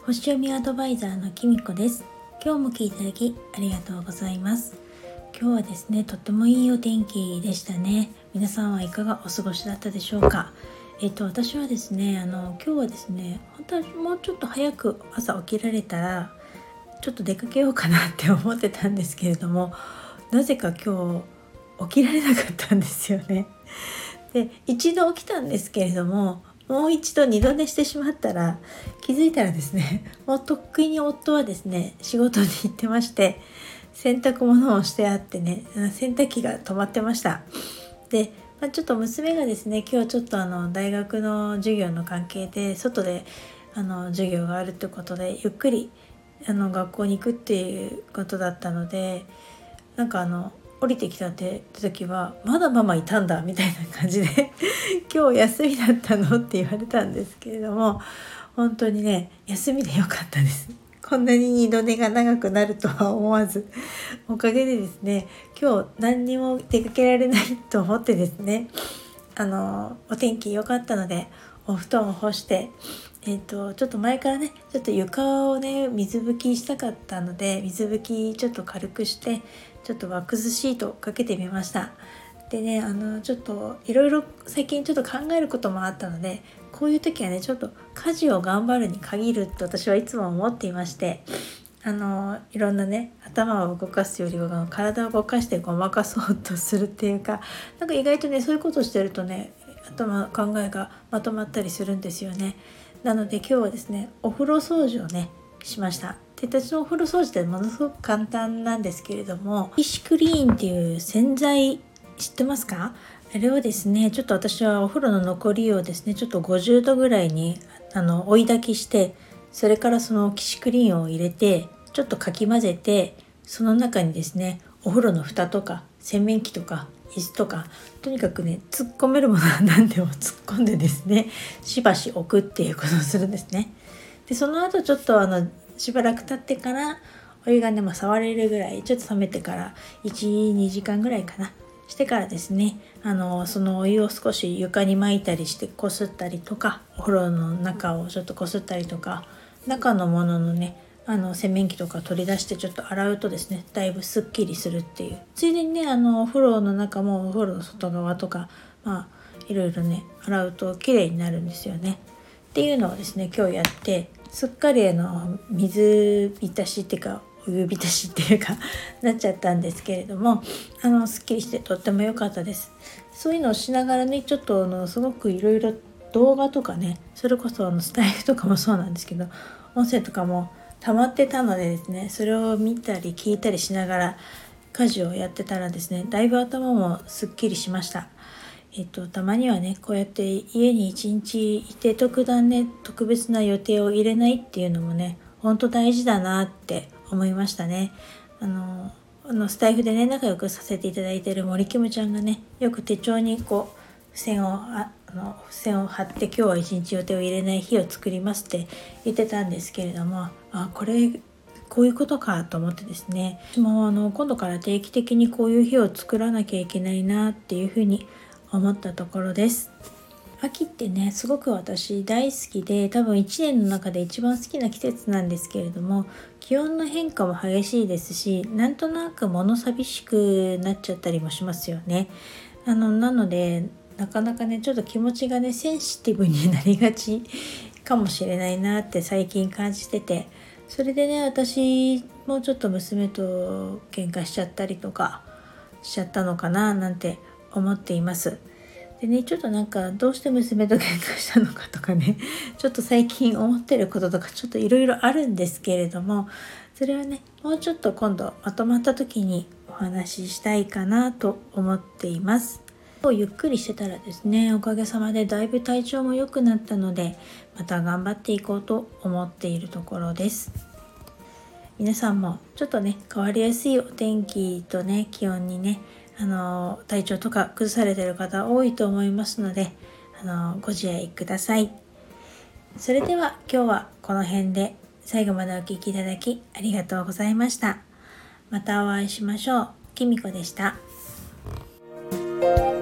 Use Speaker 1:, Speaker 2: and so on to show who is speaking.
Speaker 1: 星読みアドバイザーのきみこです。今日も聞いていただきありがとうございます。今日はですね、とってもいいお天気でしたね。皆さんはいかがお過ごしだったでしょうか。私はですね、今日はですね、本当はもうちょっと早く朝起きられたらちょっと出かけようかなって思ってたんですけれども、なぜか今日起きられなかったんですよね。で、一度起きたんですけれども、もう一度二度寝してしまったら、気づいたらですね、もうとっくに夫はですね、仕事に行ってまして、洗濯物をしてあってね、洗濯機が止まってました。で、ちょっと娘がですね、今日ちょっと大学の授業の関係で外で授業があるということで、ゆっくり学校に行くっていうことだったので、降りてきたって時はまだママいたんだみたいな感じで今日休みだったのって言われたんですけれども、本当にね、休みでよかったです。こんなに二度寝が長くなるとは思わず、おかげでですね、今日何にも出かけられないと思ってですね、お天気良かったのでお布団を干して、ちょっと前からね、ちょっと床をね水拭きしたかったので、水拭きちょっと軽くしてちょっとワックスシートかけてみました。でね、ちょっといろいろ最近ちょっと考えることもあったので、こういう時はね、ちょっと家事を頑張るに限ると私はいつも思っていまして、いろんなね、頭を動かすよりは体を動かしてごまかそうとするっていうか、意外とね、そういうことをしてるとね、考えがまとまったりするんですよね。なので今日はですね、お風呂掃除をねしました。で、私のお風呂掃除ってものすごく簡単なんですけれども、フィッシュクリーンっていう洗剤知ってますか？あれをですね、ちょっと私はお風呂の残りをですね、ちょっと50度ぐらいに追い焚きして、それからそのフィッシュクリーンを入れてちょっとかき混ぜて、その中にですね、お風呂の蓋とか洗面器とか椅子とか、とにかくね、突っ込めるものは何でも突っ込んでですね、しばし置くっていうことをするんですね。で、その後ちょっとしばらく経ってからお湯がね、触れるぐらいちょっと冷めてから1、2時間ぐらいかなしてからですね、そのお湯を少し床に撒いたりしてこすったりとか、お風呂の中をちょっとこすったりとか、中のもののね、洗面器とか取り出してちょっと洗うとですね、だいぶすっきりするっていう。ついでにね、お風呂の中もお風呂の外側とか、いろいろね、洗うと綺麗になるんですよね。っていうのをですね、今日やって、すっかり水浸しっていうか、お湯浸しっていうかなっちゃったんですけれども、すっきりしてとっても良かったです。そういうのをしながらね、ちょっとすごくいろいろ動画とかね、それこそスタイフとかもそうなんですけど、音声とかも溜まってたのでですね、それを見たり聞いたりしながら家事をやってたらですね、だいぶ頭もすっきりしました。たまにはね、こうやって家に一日いて特段ね、特別な予定を入れないっていうのもね、ほんと大事だなって思いましたね。スタイフでね、仲良くさせていただいている森キムちゃんがね、よく手帳にこう付箋を貼って、今日は一日予定を入れない日を作りますって言ってたんですけれども、こういうことかと思ってですね、私も今度から定期的にこういう日を作らなきゃいけないなっていうふうに思ったところです。秋ってね、すごく私大好きで、多分1年の中で一番好きな季節なんですけれども、気温の変化も激しいですし、なんとなく物寂しくなっちゃったりもしますよね。なので、なかなかね、ちょっと気持ちがね、センシティブになりがちかもしれないなって最近感じてて、それでね、私もちょっと娘と喧嘩しちゃったりとかしちゃったのかななんて思っています。でね、ちょっとどうして娘と喧嘩したのかとかね、ちょっと最近思ってることとかちょっといろいろあるんですけれども、それはね、もうちょっと今度まとまった時にお話ししたいかなと思っています。ゆっくりしてたらですね、おかげさまでだいぶ体調も良くなったので、また頑張っていこうと思っているところです。皆さんもちょっとね、変わりやすいお天気とね、気温にね、体調とか崩されている方多いと思いますので、ご自愛ください。それでは今日はこの辺で、最後までお聞きいただきありがとうございました。またお会いしましょう。きみこでした。